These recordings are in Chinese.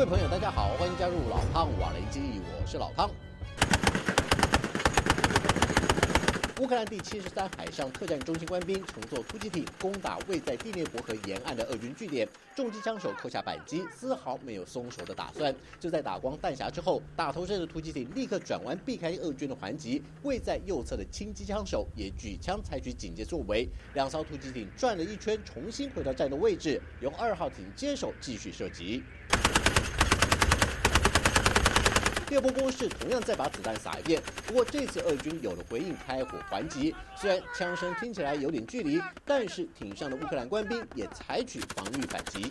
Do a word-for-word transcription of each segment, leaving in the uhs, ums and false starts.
位朋友，大家好，欢迎加入老汤瓦雷基，我是老汤。乌克兰第七十三海上特战中心官兵乘坐突击艇攻打位在第聂伯河沿岸的俄军据点，重机枪手扣下扳机，丝毫没有松手的打算。就在打光弹匣之后，大头车的突击艇立刻转弯避开俄军的还击，位在右侧的轻机枪手也举枪采取警戒作为。两艘突击艇转了一圈，重新回到战斗位置，由二号艇接手继续射击。第二波攻势同样再把子弹撒一遍，不过这次俄军有了回应，开火还击。虽然枪声听起来有点距离，但是艇上的乌克兰官兵也采取防御反击。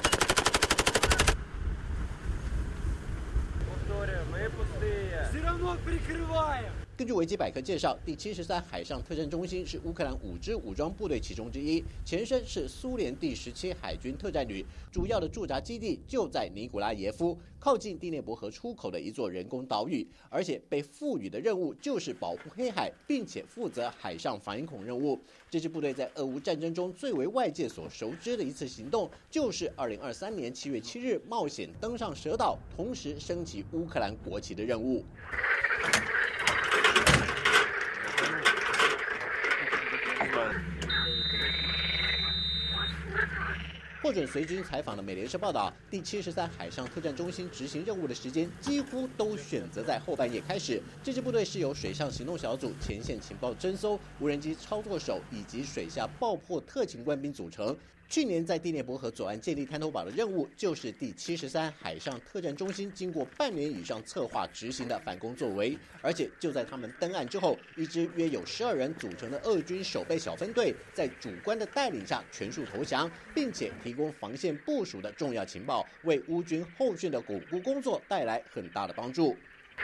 根据维基百科介绍，第七十三海上特战中心是乌克兰五支武装部队其中之一，前身是苏联第十七海军特战旅，主要的驻扎基地就在尼古拉耶夫，靠近第聂伯河出口的一座人工岛屿，而且被赋予的任务就是保护黑海，并且负责海上反恐任务。这支部队在俄乌战争中最为外界所熟知的一次行动，就是二零二三年七月七日冒险登上蛇岛，同时升起乌克兰国旗的任务。获准随军采访的美联社报道，第七十三海上特战中心执行任务的时间几乎都选择在后半夜开始。这支部队是由水上行动小组、前线情报侦搜、无人机操作手以及水下爆破特勤官兵组成。去年在第聂伯河左岸建立滩头堡的任务，就是第七十三海上特战中心经过半年以上策划执行的反攻作为。而且就在他们登岸之后，一支约有十二人组成的俄军守备小分队，在主官的带领下全数投降，并且提供防线部署的重要情报，为乌军后续的巩固工作带来很大的帮助。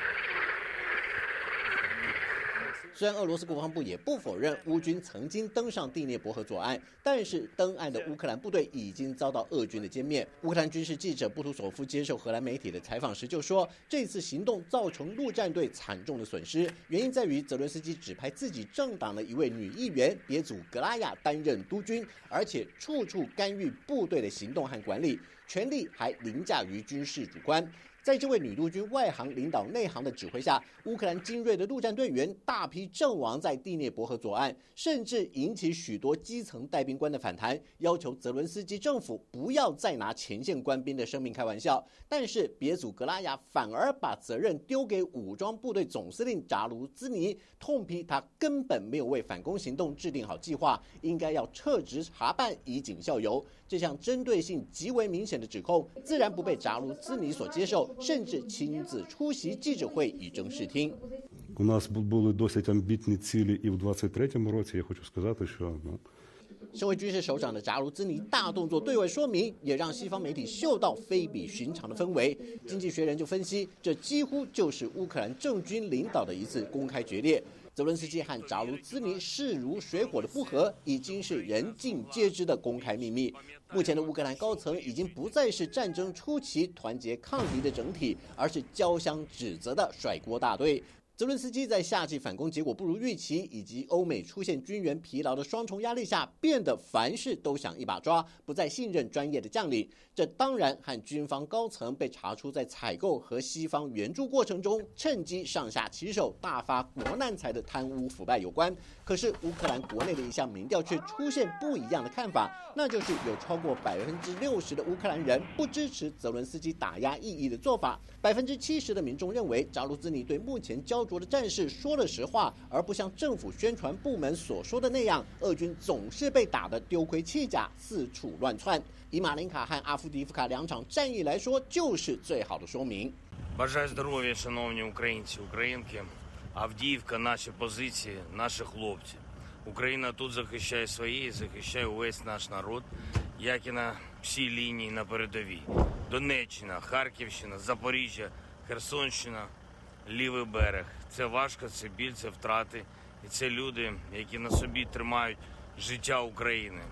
虽然俄罗斯国防部也不否认乌军曾经登上第聂伯河左岸，但是登岸的乌克兰部队已经遭到俄军的歼灭。乌克兰军事记者布图索夫接受荷兰媒体的采访时就说，这次行动造成陆战队惨重的损失，原因在于泽伦斯基指派自己政党的一位女议员别祖格拉亚担任督军，而且处处干预部队的行动和管理，权力还凌驾于军事主官。在这位女督军外行领导内行的指挥下，乌克兰精锐的陆战队员大批阵亡在第聂伯河左岸，甚至引起许多基层带兵官的反弹，要求泽伦斯基政府不要再拿前线官兵的生命开玩笑。但是别祖格拉亚反而把责任丢给武装部队总司令扎卢兹尼，痛批他根本没有为反攻行动制定好计划，应该要撤职查办，以儆效尤。这项针对性极为明显的指控，自然不被扎卢兹尼所接受，甚至亲自出席记者会以正视听。 У нас були досить амбітні цілі і в двадцять третьому році. Я хочу сказати, що ну. 身为军事首长的扎卢兹尼大动作对外说明，也让西方媒体嗅到非比寻常的氛围。经济学人就分析，这几乎就是乌克兰政军领导的一次公开决裂。泽伦斯基和扎卢兹尼势如水火的不和，已经是人尽皆知的公开秘密。目前的乌克兰高层已经不再是战争初期团结抗敌的整体，而是交相指责的甩锅大队。泽伦斯基在夏季反攻结果不如预期，以及欧美出现军援疲劳的双重压力下，变得凡事都想一把抓，不再信任专业的将领。这当然和军方高层被查出在采购和西方援助过程中趁机上下其手、大发国难财的贪污腐败有关。可是乌克兰国内的一项民调却出现不一样的看法，那就是有超过百分之六十的乌克兰人不支持泽伦斯基打压异议的做法，百分之七十的民众认为扎卢兹尼对目前焦灼的战事说了实话，而不像政府宣传部门所说的那样，俄军总是被打得丢盔弃甲，四处乱窜。以马林卡和阿夫迪夫卡两场战役来说，就是最好的说明。 Бажаю здоров'я, шановні українці, українки. Авдіївка, наші позиції, наші хлопці. Україна тут захищає свої, захищає увесь наш народ, як і на всій лінії на передовій. Донеччина, Харківщина, Запоріжжя, Херсонщина, лівий берег. Це важко, це біль, це втрати. І це люди, які на собі тримають життя України.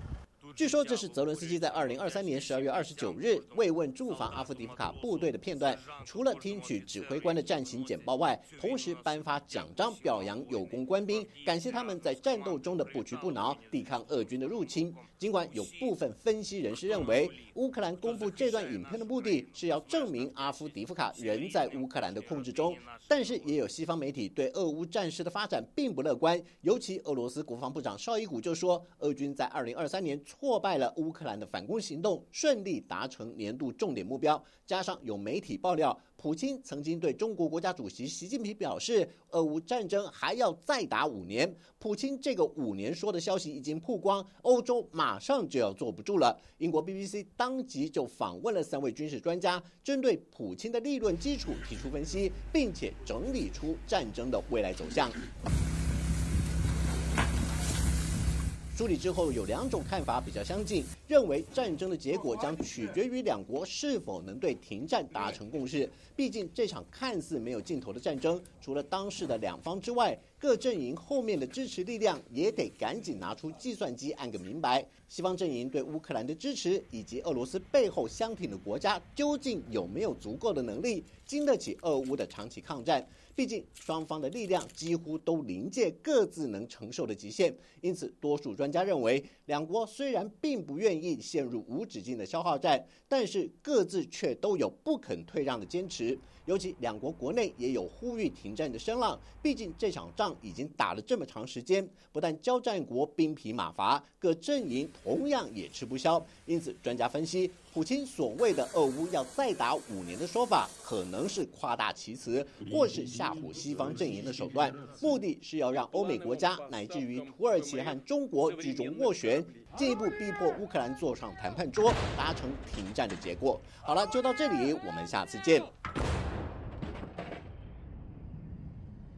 据说这是泽伦斯基在二零二三年十二月二十九日慰问驻防阿夫迪夫卡部队的片段。除了听取指挥官的战情简报外，同时颁发奖章表扬有功官兵，感谢他们在战斗中的不屈不挠，抵抗俄军的入侵。尽管有部分分析人士认为，乌克兰公布这段影片的目的是要证明阿夫迪夫卡仍在乌克兰的控制中，但是也有西方媒体对俄乌战事的发展并不乐观。尤其俄罗斯国防部长绍伊古就说，俄军在二零二三年挫败了乌克兰的反攻行动，顺利达成年度重点目标。加上有媒体爆料，普京曾经对中国国家主席习近平表示，俄乌战争还要再打五年。普京这个五年说的消息一经曝光，欧洲马上就要坐不住了。英国 B B C 当即就访问了三位军事专家，针对普京的理论基础提出分析，并且整理出战争的未来走向。梳理之后，有两种看法比较相近，认为战争的结果将取决于两国是否能对停战达成共识。毕竟这场看似没有尽头的战争，除了当事的两方之外，各阵营后面的支持力量也得赶紧拿出计算机按个明白。西方阵营对乌克兰的支持，以及俄罗斯背后相挺的国家，究竟有没有足够的能力经得起俄乌的长期抗战？毕竟双方的力量几乎都临界各自能承受的极限，因此多数专家认为，两国虽然并不愿意陷入无止境的消耗战，但是各自却都有不肯退让的坚持。尤其两国国内也有呼吁停战的声浪，毕竟这场仗已经打了这么长时间，不但交战国兵疲马乏，各阵营同样也吃不消。因此，专家分析，普京所谓的俄乌要再打五年的说法，可能是夸大其词，或是吓唬西方阵营的手段，目的是要让欧美国家乃至于土耳其和中国居中斡旋，进一步逼迫乌克兰坐上谈判桌，达成停战的结果。好了，就到这里，我们下次见。